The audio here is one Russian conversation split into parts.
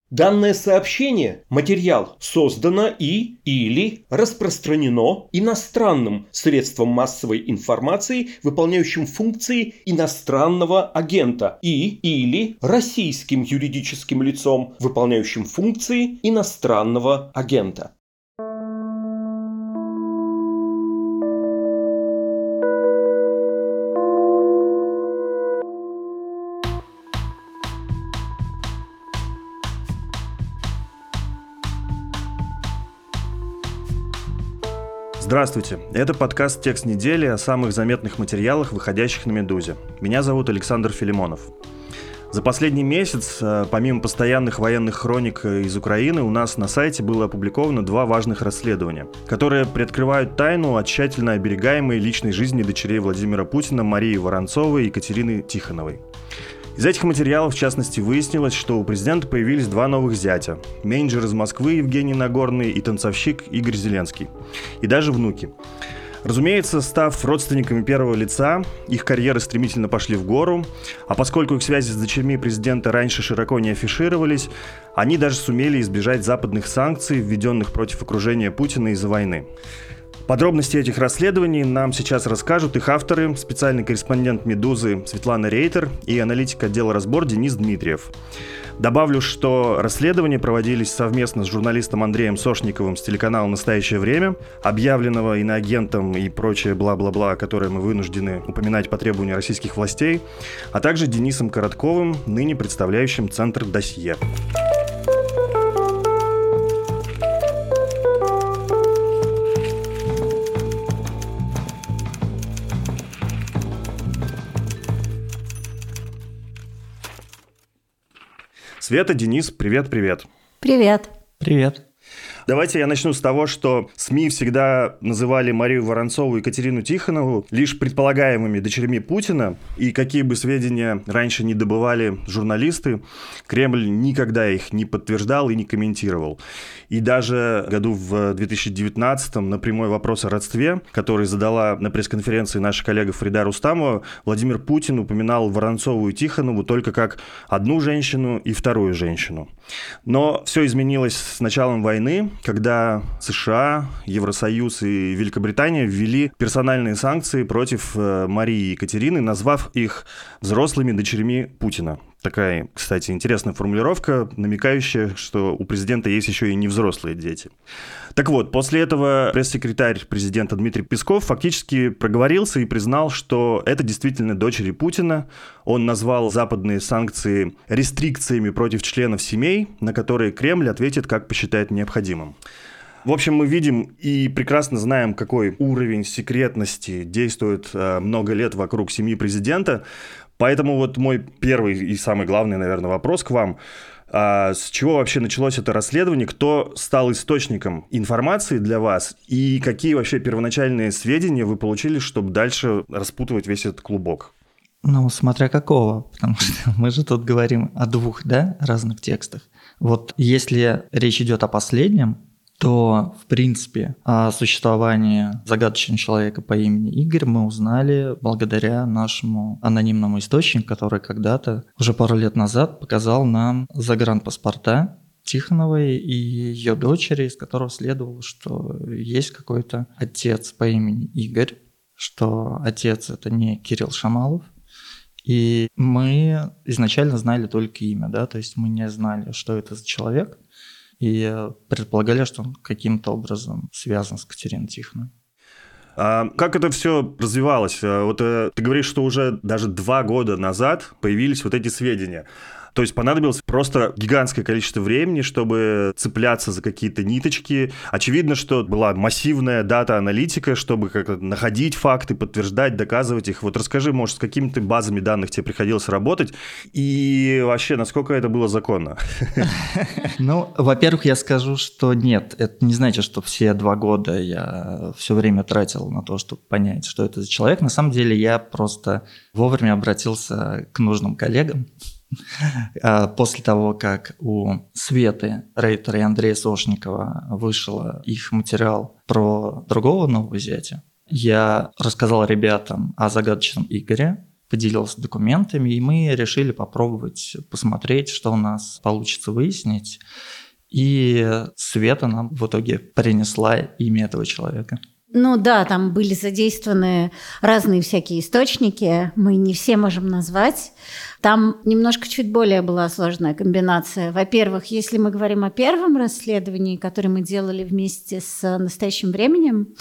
Данное сообщение, материал, создано или распространено иностранным средством массовой информации, выполняющим функции иностранного агента, или российским юридическим лицом, выполняющим функции иностранного агента. Здравствуйте, это подкаст «Текст недели» о самых заметных материалах, выходящих на «Медузе». Меня зовут Александр Филимонов. За последний месяц, помимо постоянных военных хроник из Украины, у нас на сайте было опубликовано 2 важных расследования, которые приоткрывают тайну о тщательно оберегаемой личной жизни дочерей Владимира Путина Марии Воронцовой и Екатерины Тихоновой. Из этих материалов, в частности, выяснилось, что у президента появились 2 новых зятя – менеджер из Москвы Евгений Нагорный и танцовщик Игорь Зеленский. И даже внуки. Разумеется, став родственниками первого лица, их карьеры стремительно пошли в гору, а поскольку их связи с дочерьми президента раньше широко не афишировались, они даже сумели избежать западных санкций, введенных против окружения Путина из-за войны. Подробности этих расследований нам сейчас расскажут их авторы, специальный корреспондент «Медузы» Светлана Рейтер и аналитик отдела «Разбор» Денис Дмитриев. Добавлю, что расследования проводились совместно с журналистом Андреем Сошниковым с телеканала «Настоящее время», объявленного иноагентом и прочее бла-бла-бла, которое мы вынуждены упоминать по требованию российских властей, а также Денисом Коротковым, ныне представляющим Центр «Досье». Света, Денис, привет-привет. Привет. Привет. Давайте я начну с того, что СМИ всегда называли Марию Воронцову и Екатерину Тихонову лишь предполагаемыми дочерьми Путина, и какие бы сведения раньше не добывали журналисты, Кремль никогда их не подтверждал и не комментировал. И даже году в 2019-м на прямой вопрос о родстве, который задала на пресс-конференции наша коллега Фарида Рустамова, Владимир Путин упоминал Воронцову и Тихонову только как одну женщину и вторую женщину. Но все изменилось с началом войны, когда США, Евросоюз и Великобритания ввели персональные санкции против Марии и Екатерины, назвав их взрослыми дочерьми Путина. Такая, кстати, интересная формулировка, намекающая, что у президента есть еще и невзрослые дети. Так вот, после этого пресс-секретарь президента Дмитрий Песков фактически проговорился и признал, что это действительно дочери Путина. Он назвал западные санкции рестрикциями против членов семей, на которые Кремль ответит, как посчитает необходимым. В общем, мы видим и прекрасно знаем, какой уровень секретности действует много лет вокруг семьи президента. Поэтому вот мой первый и самый главный, наверное, вопрос к вам. С чего вообще началось это расследование? Кто стал источником информации для вас? И какие вообще первоначальные сведения вы получили, чтобы дальше распутывать весь этот клубок? Ну, смотря какого, потому что мы же тут говорим о 2, разных текстах. Вот если речь идет о последнем, то, в принципе, о существовании загадочного человека по имени Игорь мы узнали благодаря нашему анонимному источнику, который когда-то, уже пару лет назад, показал нам загранпаспорта Тихоновой и ее дочери, из которого следовало, что есть какой-то отец по имени Игорь, что отец – это не Кирилл Шамалов. И мы изначально знали только имя, то есть мы не знали, что это за человек, и предполагали, что он каким-то образом связан с Катериной Тихоновой. А как это все развивалось? Вот ты говоришь, что уже даже 2 года назад появились вот эти сведения. То есть понадобилось просто гигантское количество времени, чтобы цепляться за какие-то ниточки. Очевидно, что была массивная дата-аналитика, чтобы как-то находить факты, подтверждать, доказывать их. Вот расскажи, может, с какими-то базами данных тебе приходилось работать, и вообще, насколько это было законно? Ну, во-первых, я скажу, что нет. Это не значит, что все 2 года я все время тратил на то, чтобы понять, что это за человек. На самом деле я просто вовремя обратился к нужным коллегам. После того, как у Светы Рейтер и Андрея Сошникова вышел их материал про другого нового зятя, я рассказал ребятам о загадочном Игоре, поделился документами, и мы решили попробовать посмотреть, что у нас получится выяснить. И Света нам в итоге принесла имя этого человека. Ну да, там были задействованы разные всякие источники, мы не все можем назвать. Там немножко чуть более была сложная комбинация. Во-первых, если мы говорим о первом расследовании, которое мы делали вместе с «Настоящим временем»,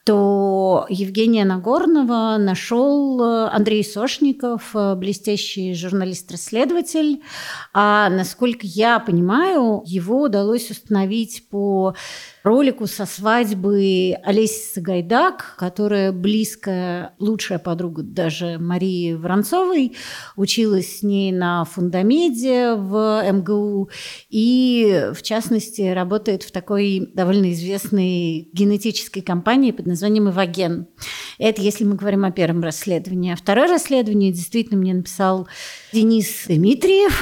то Евгения Нагорнова нашел Андрей Сошников, блестящий журналист-расследователь. А насколько я понимаю, его удалось установить по ролику со свадьбы Олеси Сагайдак, которая близкая, лучшая подруга даже Марии Воронцовой, училась с ней на фундамеде в МГУ и, в частности, работает в такой довольно известной генетической компании под названием «Ивоген». Это если мы говорим о первом расследовании. А второе расследование действительно мне написал Денис Дмитриев,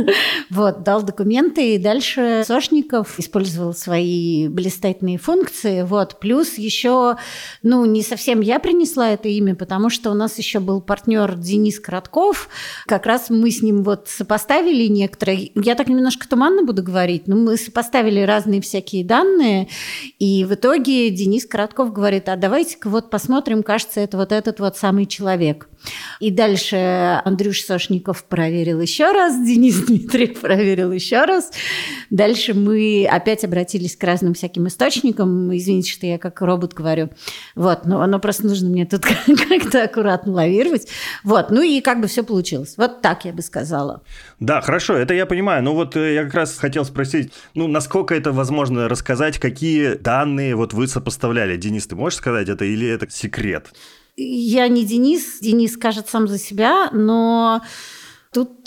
дал документы, и дальше Сошников использовал свои блистательные функции. Плюс еще, не совсем я принесла это имя, потому что у нас еще был партнер Денис Коротков. Как раз мы с ним сопоставили некоторые, я так немножко туманно буду говорить, но мы сопоставили разные всякие данные, и в итоге Денис Коротков говорит: а давайте-ка посмотрим, кажется, это этот самый человек. И дальше Андрюш Сошников проверил еще раз, Денис Дмитриев проверил еще раз. Дальше мы опять обратились к разным всяким источникам. Извините, что я как робот говорю. Но просто нужно мне тут как-то аккуратно лавировать. И все получилось. Так я бы сказала. Да, хорошо, это я понимаю. Я как раз хотел спросить, насколько это возможно рассказать, какие данные вы сопоставляли? Денис, ты можешь сказать это или это секрет? Я не Денис. Денис скажет сам за себя, но тут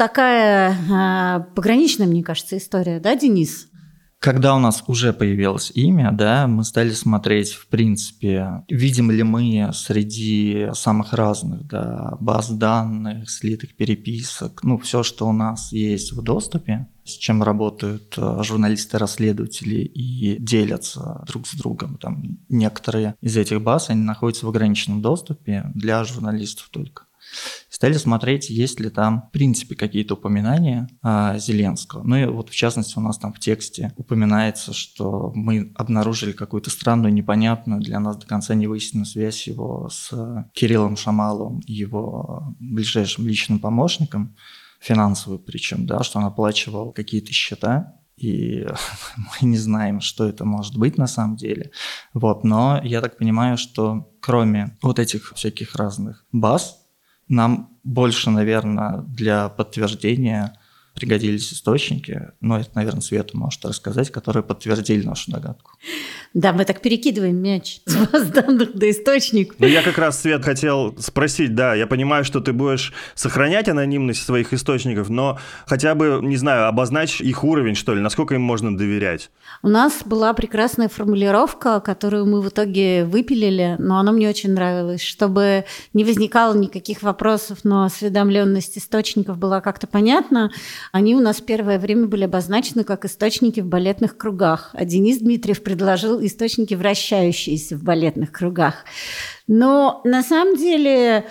такая пограничная, мне кажется, история, да, Денис? Когда у нас уже появилось имя, мы стали смотреть, в принципе, видим ли мы среди самых разных баз данных, слитых переписок, все, что у нас есть в доступе, с чем работают журналисты-расследователи и делятся друг с другом. Некоторые из этих баз, они находятся в ограниченном доступе для журналистов только. Стали смотреть, есть ли там, в принципе, какие-то упоминания Зеленского. В частности, у нас там в тексте упоминается, что мы обнаружили какую-то странную, непонятную, для нас до конца не выясненную связь его с Кириллом Шамаловым, его ближайшим личным помощником, финансовую причем, что он оплачивал какие-то счета, и мы не знаем, что это может быть на самом деле. Но я так понимаю, что кроме этих всяких разных баз, нам больше, наверное, для подтверждения пригодились источники. Это, наверное, Света может рассказать, которые подтвердили нашу догадку. Да, мы так перекидываем мяч с баз данных до источников. Я как раз, Свет, хотел спросить, я понимаю, что ты будешь сохранять анонимность своих источников, но хотя бы, не знаю, обозначь их уровень, что ли, насколько им можно доверять? У нас была прекрасная формулировка, которую мы в итоге выпилили, но она мне очень нравилась, чтобы не возникало никаких вопросов, но осведомленность источников была как-то понятна. Они у нас первое время были обозначены как источники в балетных кругах, а Денис Дмитриев предложил источники, вращающиеся в балетных кругах. Но на самом деле...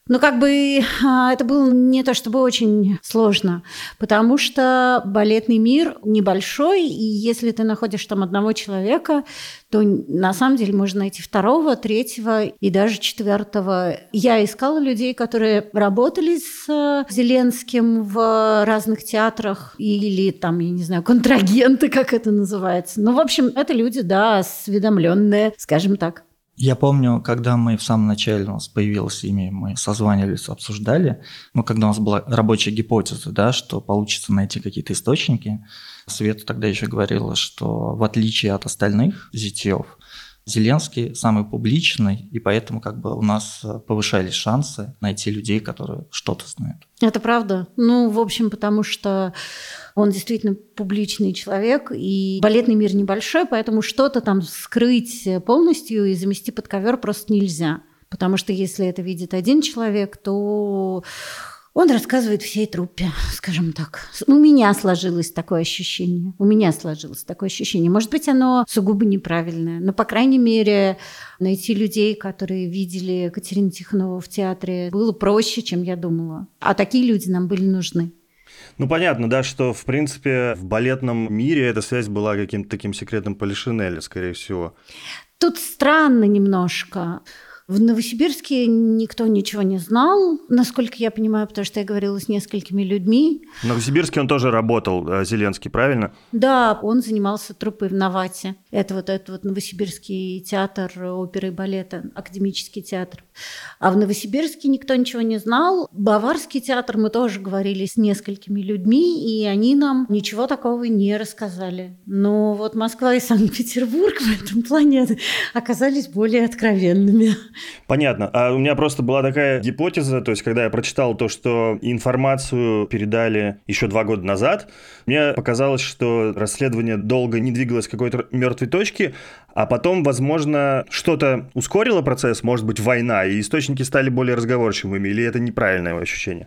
это было не то чтобы очень сложно, потому что балетный мир небольшой, и если ты находишь там одного человека, то на самом деле можно найти второго, третьего и даже четвертого. Я искала людей, которые работали с Зеленским в разных театрах или там, я не знаю, контрагенты, как это называется. В общем, это люди, осведомленные, скажем так. Я помню, когда мы в самом начале, у нас появилось имя, мы созванивались, обсуждали, когда у нас была рабочая гипотеза, что получится найти какие-то источники, Света тогда еще говорила, что в отличие от остальных зятьев, Зеленский самый публичный, и поэтому у нас повышались шансы найти людей, которые что-то знают. Это правда. В общем, потому что он действительно публичный человек, и балетный мир небольшой, поэтому что-то там скрыть полностью и замести под ковер просто нельзя. Потому что если это видит один человек, то Он рассказывает всей труппе, скажем так. У меня сложилось такое ощущение. Может быть, оно сугубо неправильное, но, по крайней мере, найти людей, которые видели Катерину Тихонову в театре, было проще, чем я думала. А такие люди нам были нужны. Ну, понятно, да, что, в принципе, в балетном мире эта связь была каким-то таким секретом Полишинеля, скорее всего. Тут странно немножко. В Новосибирске никто ничего не знал, насколько я понимаю, потому что я говорила с несколькими людьми. В Новосибирске он тоже работал, Зеленский, правильно? Да, он занимался труппой в Навате. Это вот Новосибирский театр оперы и балета, академический театр. А в Новосибирске никто ничего не знал. Баварский театр мы тоже говорили с несколькими людьми, и они нам ничего такого не рассказали. Но вот Москва и Санкт-Петербург в этом плане оказались более откровенными. Понятно. А у меня просто была такая гипотеза, то есть когда я прочитал то, что информацию передали еще 2 года назад, мне показалось, что расследование долго не двигалось к какой-то мертвой точке, а потом, возможно, что-то ускорило процесс, может быть, война, и источники стали более разговорчивыми, или это неправильное ощущение?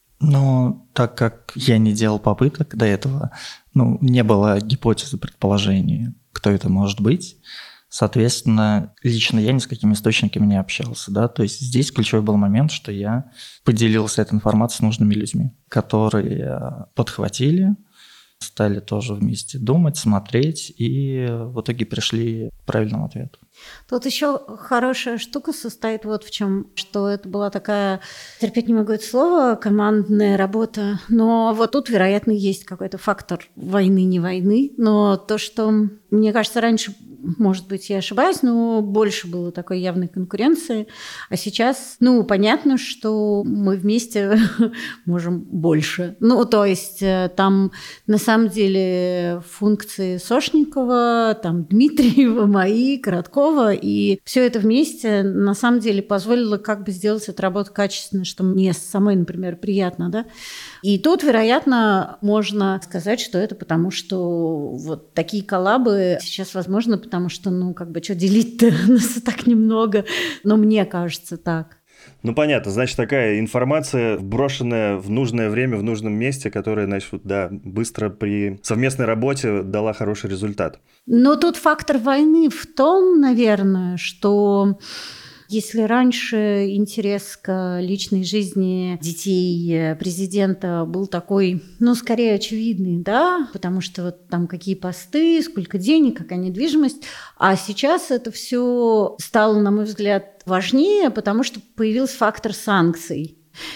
Но так как я не делал попыток до этого, не было гипотезы, предположений, кто это может быть. Соответственно, лично я ни с какими источниками не общался, да, то есть здесь ключевой был момент, что я поделился этой информацией с нужными людьми, которые подхватили, стали тоже вместе думать, смотреть, и в итоге пришли к правильному ответу. Тут еще хорошая штука состоит вот в чем, что это была такая, терпеть не могу это слово, командная работа, но вот тут, вероятно, есть какой-то фактор войны, не войны, но то, что, мне кажется, раньше, может быть, я ошибаюсь, но больше было такой явной конкуренции, а сейчас, понятно, что мы вместе можем больше. То есть там на самом деле функции Сошникова, там Дмитриева, мои, Короткова, и все это вместе на самом деле позволило как бы сделать эту работу качественно, что мне самой, например, приятно, да. И тут, вероятно, можно сказать, что это потому, что вот такие коллабы сейчас возможны, потому что, что делить-то нас и так немного, но мне кажется так. Понятно, значит, такая информация, брошенная в нужное время, в нужном месте, которая, значит, быстро при совместной работе дала хороший результат. Но тут фактор войны в том, наверное, что если раньше интерес к личной жизни детей президента был такой, скорее очевидный, да, потому что вот там какие посты, сколько денег, какая недвижимость, а сейчас это все стало, на мой взгляд, важнее, потому что появился фактор санкций.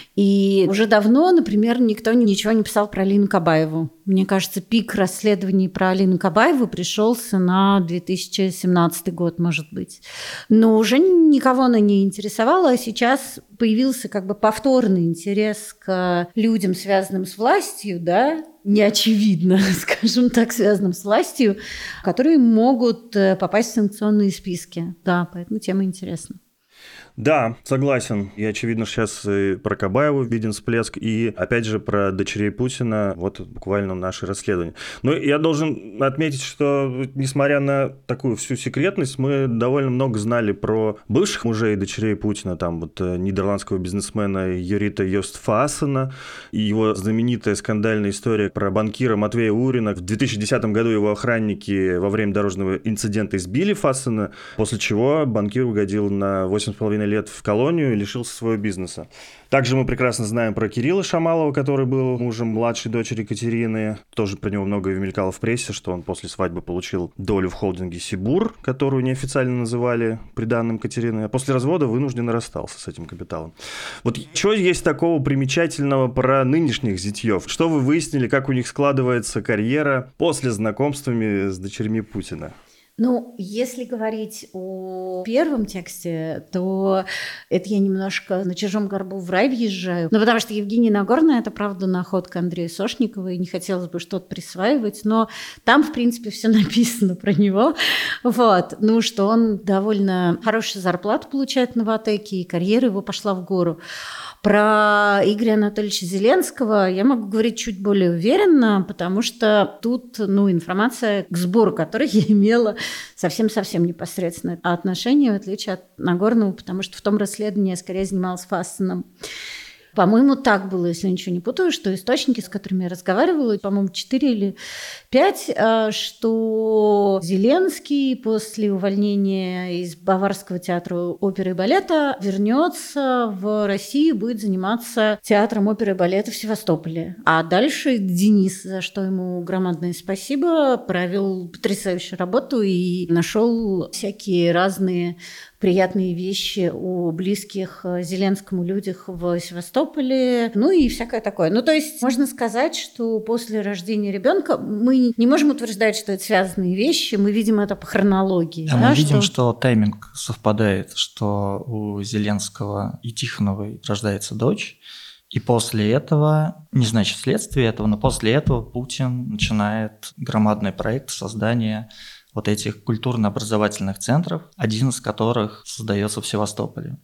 И уже давно, например, никто ничего не писал про Алину Кабаеву. Мне кажется, пик расследований про Алину Кабаеву пришелся на 2017 год, может быть. Но уже никого она не интересовала, а сейчас появился как бы повторный интерес к людям, связанным с властью, да, неочевидно, скажем так, связанным с властью, которые могут попасть в санкционные списки. Да, поэтому тема интересна. Да, согласен. И, очевидно, сейчас и про Кабаеву виден всплеск, и, опять же, про дочерей Путина, вот буквально наше расследование. Но я должен отметить, что, несмотря на такую всю секретность, мы довольно много знали про бывших мужей и дочерей Путина, там вот нидерландского бизнесмена Юрита Йостфаасена, и его знаменитая скандальная история про банкира Матвея Урина. В 2010 году его охранники во время дорожного инцидента избили Фаасена, после чего банкир угодил на 8,5 лет в колонию и лишился своего бизнеса. Также мы прекрасно знаем про Кирилла Шамалова, который был мужем младшей дочери Катерины. Тоже про него много мелькало в прессе, что он после свадьбы получил долю в холдинге «Сибур», которую неофициально называли приданным Катерины, а после развода вынужденно расстался с этим капиталом. Вот что есть такого примечательного про нынешних зятьев? Что вы выяснили, как у них складывается карьера после знакомствами с дочерьми Путина? Если говорить о первом тексте, то это я немножко на чужом горбу в рай въезжаю. Потому что Евгения Нагорная – это, правда, находка Андрея Сошникова, и не хотелось бы что-то присваивать, но там, в принципе, все написано про него. Что он довольно хорошую зарплату получает на Ватеке, и карьера его пошла в гору. Про Игоря Анатольевича Зеленского я могу говорить чуть более уверенно, потому что тут информация, к сбору которой я имела совсем-совсем непосредственное отношение, в отличие от Нагорного, потому что в том расследовании я скорее занималась Фаасеном. По-моему, так было, если ничего не путаю, что источники, с которыми я разговаривала, по-моему, 4 или 5, что Зеленский после увольнения из Баварского театра оперы и балета вернется в Россию, будет заниматься театром оперы и балета в Севастополе. А дальше Денис, за что ему громадное спасибо, провел потрясающую работу и нашел всякие разные приятные вещи о близких Зеленскому людях в Севастополе, ну и всякое такое. Ну, то есть можно сказать, что после рождения ребенка мы не можем утверждать, что это связанные вещи, мы видим это по хронологии. А мы видим, что тайминг совпадает, что у Зеленского и Тихоновой рождается дочь, и после этого, не значит вследствие этого, но после этого Путин начинает громадный проект создания вот этих культурно-образовательных центров, один из которых создается в Севастополе.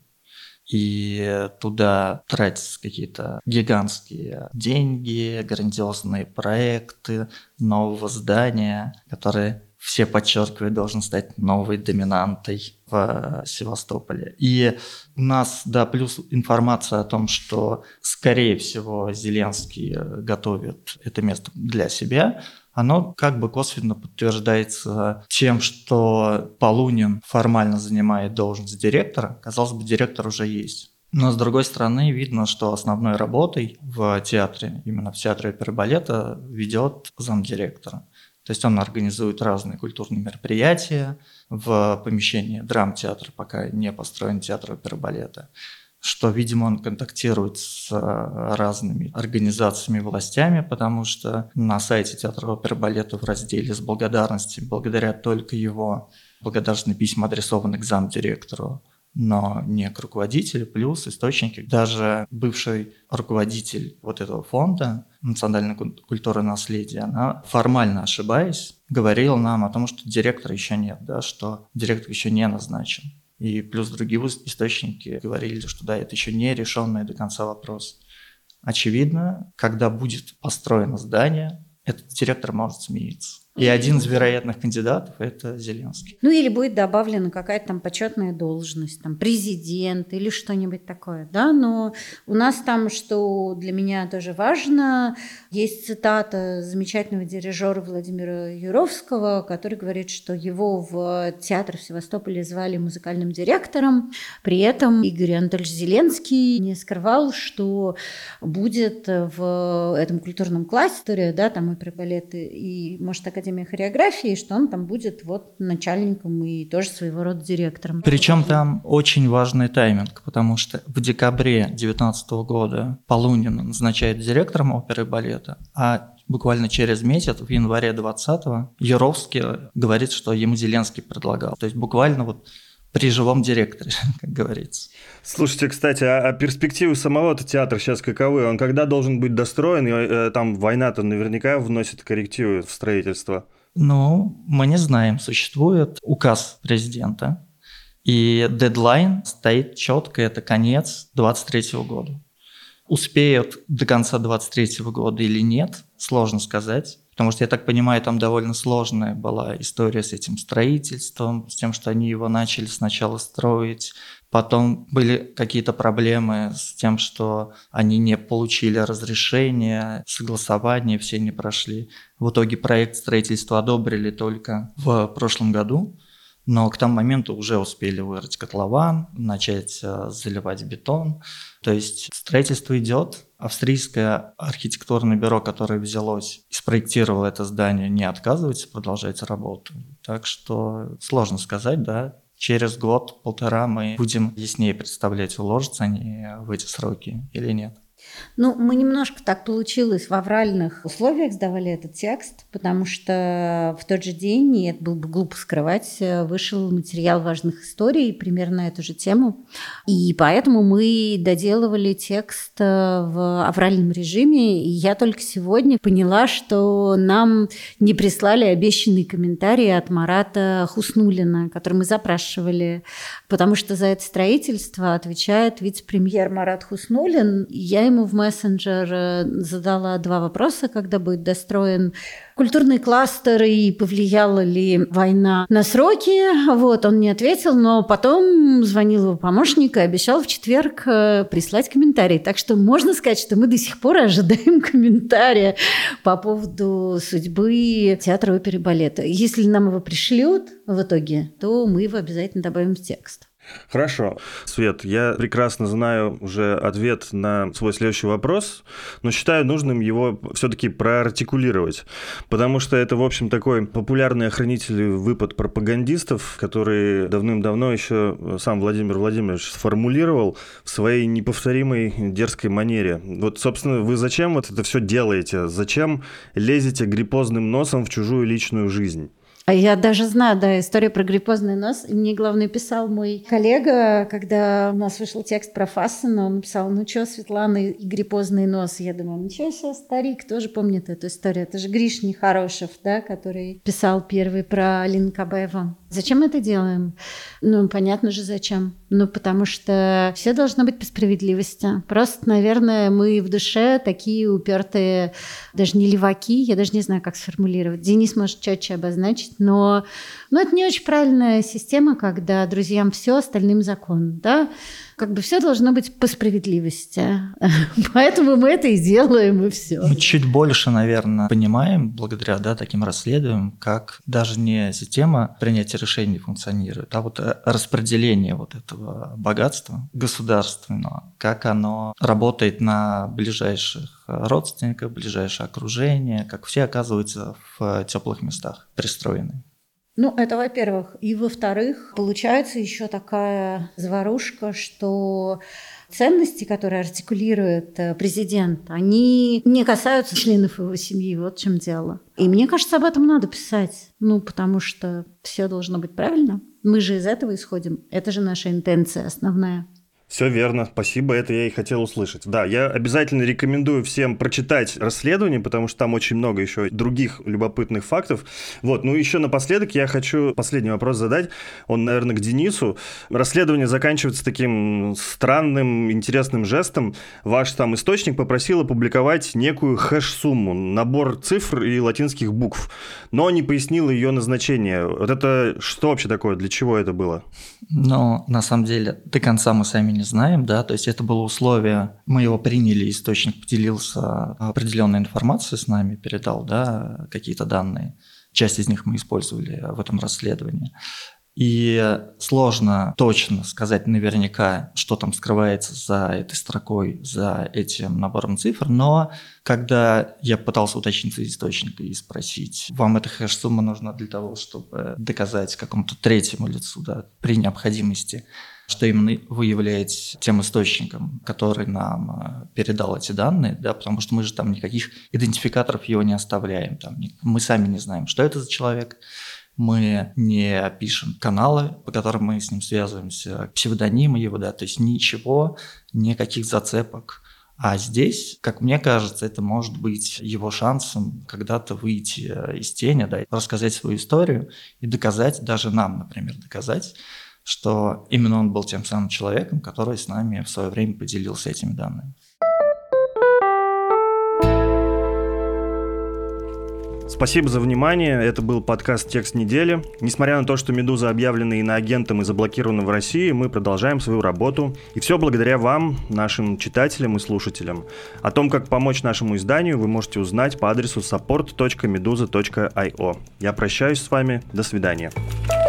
И туда тратятся какие-то гигантские деньги, грандиозные проекты нового здания, которые, все подчеркивают, должен стать новой доминантой в Севастополе. И у нас, да, плюс информация о том, что, скорее всего, Зеленский готовит это место для себя, оно как бы косвенно подтверждается тем, что Полунин формально занимает должность директора. Казалось бы, директор уже есть. Но, с другой стороны, видно, что основной работой в театре, именно в театре оперы и балета, ведет замдиректора. То есть он организует разные культурные мероприятия в помещении драмтеатра, пока не построен театр оперы и балета. Что, видимо, он контактирует с разными организациями и властями, потому что на сайте театра оперы и балета в разделе «С благодарностью» благодаря только его благодарственные письма адресованы к замдиректору, но не к руководителю, плюс источники. Даже бывший руководитель вот этого фонда национальной культуры и наследия, она, формально ошибаясь, говорила нам о том, что директора еще нет, да, что директор еще не назначен. И плюс другие источники говорили, что да, это еще не решенный до конца вопрос. Очевидно, когда будет построено здание, этот директор может смениться. И один из вероятных кандидатов – это Зеленский. Ну или будет добавлена какая-то там почетная должность, там президент или что-нибудь такое, да, но у нас там, что для меня тоже важно, есть цитата замечательного дирижера Владимира Юровского, который говорит, что его в театр в Севастополе звали музыкальным директором, при этом Игорь Анатольевич Зеленский не скрывал, что будет в этом культурном кластере, да, там оперы, балеты и, может, Академия хореографии, что он там будет вот начальником и тоже своего рода директором. Причем там очень важный тайминг, потому что в декабре 2019 года Полунин назначает директором оперы и балета, а буквально через месяц, в январе 2020-го, Юровский говорит, что ему Зеленский предлагал. То есть буквально вот при живом директоре, как говорится. Слушайте, кстати, а перспективы самого-то театра сейчас каковы? Он когда должен быть достроен? И, там война-то наверняка вносит коррективы в строительство. Ну, мы не знаем. Существует указ президента, и дедлайн стоит четко, это конец 2023 года. Успеют до конца 2023 года или нет, сложно сказать. Потому что, я так понимаю, там довольно сложная была история с этим строительством, с тем, что они его начали сначала строить. Потом были какие-то проблемы с тем, что они не получили разрешения, согласования все не прошли. В итоге проект строительства одобрили только в прошлом году. Но к тому моменту уже успели вырыть котлован, начать заливать бетон. То есть строительство идет. Австрийское архитектурное бюро, которое взялось и спроектировало это здание, не отказывается продолжать работу. Так что сложно сказать, да. Через год-полтора мы будем яснее представлять, уложатся они в эти сроки или нет. Ну, мы немножко так получилось в авральных условиях сдавали этот текст, потому что в тот же день, и это было бы глупо скрывать, вышел материал важных историй примерно на эту же тему. И поэтому мы доделывали текст в авральном режиме, и я только сегодня поняла, что нам не прислали обещанный комментарий от Марата Хуснуллина, который мы запрашивали, потому что за это строительство отвечает вице-премьер Марат Хуснуллин. И я ему ему в мессенджер, задала 2 вопроса, когда будет достроен культурный кластер и повлияла ли война на сроки. Вот, он не ответил, но потом звонил его помощник и обещал в четверг прислать комментарий. Так что можно сказать, что мы до сих пор ожидаем комментария по поводу судьбы театра оперы и балета. Если нам его пришлют в итоге, то мы его обязательно добавим в текст. Хорошо. Свет, я прекрасно знаю уже ответ на свой следующий вопрос, но считаю нужным его все-таки проартикулировать, потому что это, в общем, такой популярный охранительный выпад пропагандистов, который давным-давно еще сам Владимир Владимирович сформулировал в своей неповторимой дерзкой манере. Вот, собственно, вы зачем вот это все делаете? Зачем лезете гриппозным носом в чужую личную жизнь? А я даже знаю, да, историю про гриппозный нос. И мне, главное, писал мой коллега, когда у нас вышел текст про Фассена, он написал: ну что, Светлана, и гриппозный нос. Я думаю, ничего себе, старик тоже помнит эту историю. Это же Гриш Нехорошев, да, который писал первый про Алину Кабаеву. Зачем мы это делаем? Ну, понятно же, зачем. Ну, потому что все должно быть по справедливости. Просто, наверное, мы в душе такие упертые, даже не леваки, я даже не знаю, как сформулировать. Денис может четче обозначить, но это не очень правильная система, когда друзьям все, остальным закон, да? Как бы все должно быть по справедливости. Поэтому мы это и делаем, и все. Мы чуть больше, наверное, понимаем, благодаря таким расследованиям, как даже не система принятия решений функционирует, а вот распределение вот этого богатства государственного, как оно работает на ближайших родственников, ближайшее окружение, как все оказываются в теплых местах пристроены. Ну, это во-первых. И во-вторых, получается еще такая заварушка, что ценности, которые артикулирует президент, они не касаются членов его семьи. Вот в чем дело. И мне кажется, об этом надо писать. Ну, потому что все должно быть правильно. Мы же из этого исходим. Это же наша интенция основная. Все верно, спасибо, это я и хотел услышать. Да, я обязательно рекомендую всем прочитать расследование, потому что там очень много еще других любопытных фактов. Вот, ну еще напоследок я хочу последний вопрос задать, он, наверное, к Денису. Расследование заканчивается таким странным, интересным жестом. Ваш там источник попросил опубликовать некую хэш-сумму, набор цифр и латинских букв, но не пояснил ее назначение. Вот это что вообще такое, для чего это было? Ну, на самом деле, до конца мы сами не знаем, да, то есть это было условие, мы его приняли, источник поделился определенной информацией с нами, передал, да, какие-то данные, часть из них мы использовали в этом расследовании. И сложно точно сказать наверняка, что там скрывается за этой строкой, за этим набором цифр, но когда я пытался уточнить из источника и спросить, вам эта хэш-сумма нужна для того, чтобы доказать какому-то третьему лицу, да, при необходимости, что именно вы являетесь тем источником, который нам передал эти данные, да, потому что мы же там никаких идентификаторов его не оставляем, там, мы сами не знаем, что это за человек, мы не пишем каналы, по которым мы с ним связываемся, псевдонимы его, да, то есть ничего, никаких зацепок. А здесь, как мне кажется, это может быть его шансом когда-то выйти из тени, да, рассказать свою историю и доказать, даже нам, например, доказать, что именно он был тем самым человеком, который с нами в свое время поделился этими данными. Спасибо за внимание. Это был подкаст «Текст недели». Несмотря на то, что «Медуза» объявлена иноагентом и заблокирована в России, мы продолжаем свою работу. И все благодаря вам, нашим читателям и слушателям. О том, как помочь нашему изданию, вы можете узнать по адресу support.meduza.io. Я прощаюсь с вами. До свидания.